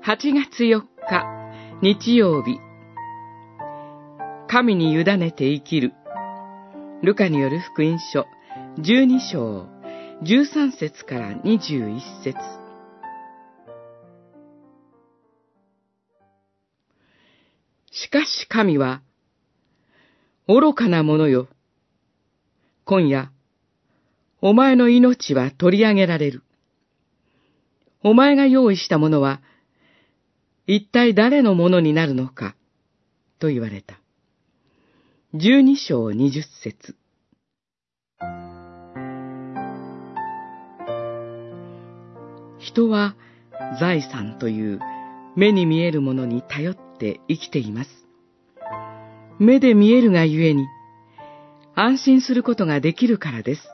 8月4日日曜日、神に委ねて生きる。ルカによる福音書12章13節から21節。しかし神は、愚かな者よ、今夜、お前の命は取り上げられる。お前が用意したものは、一体誰のものになるのか、と言われた。12章20節。人は財産という目に見えるものに頼って生きています。目で見えるがゆえに、安心することができるからです。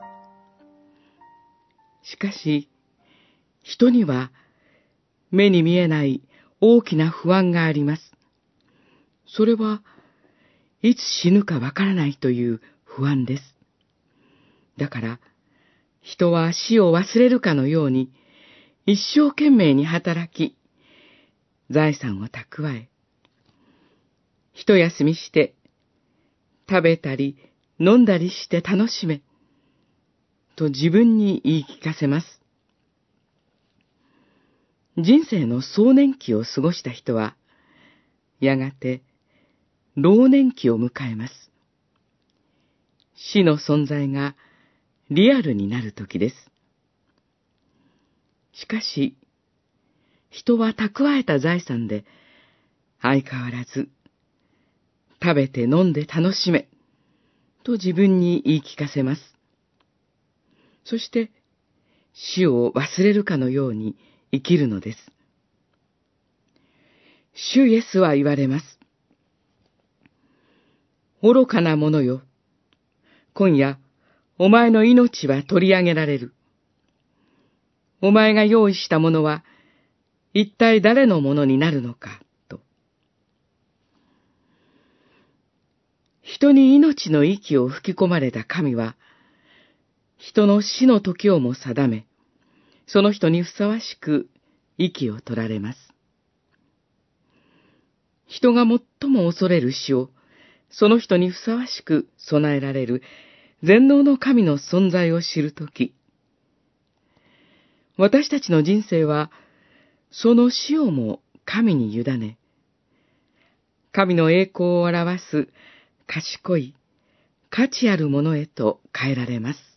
しかし、人には目に見えない大きな不安があります。それはいつ死ぬかわからないという不安です。だから、人は死を忘れるかのように一生懸命に働き、財産を蓄え、一休みして食べたり飲んだりして楽しめ、と自分に言い聞かせます。人生の壮年期を過ごした人は、やがて老年期を迎えます。死の存在がリアルになる時です。しかし、人は蓄えた財産で相変わらず食べて飲んで楽しめと自分に言い聞かせます。そして死を忘れるかのように生きるのです。主イエスは言われます。愚かな者よ、今夜お前の命は取り上げられる。お前が用意したものは一体誰のものになるのかと。人に命の息を吹き込まれた神は、人の死の時をも定め、その人にふさわしく息を取られます。人が最も恐れる死を、その人にふさわしく備えられる全能の神の存在を知るとき、私たちの人生は、その死をも神に委ね、神の栄光を表す賢い、価値あるものへと変えられます。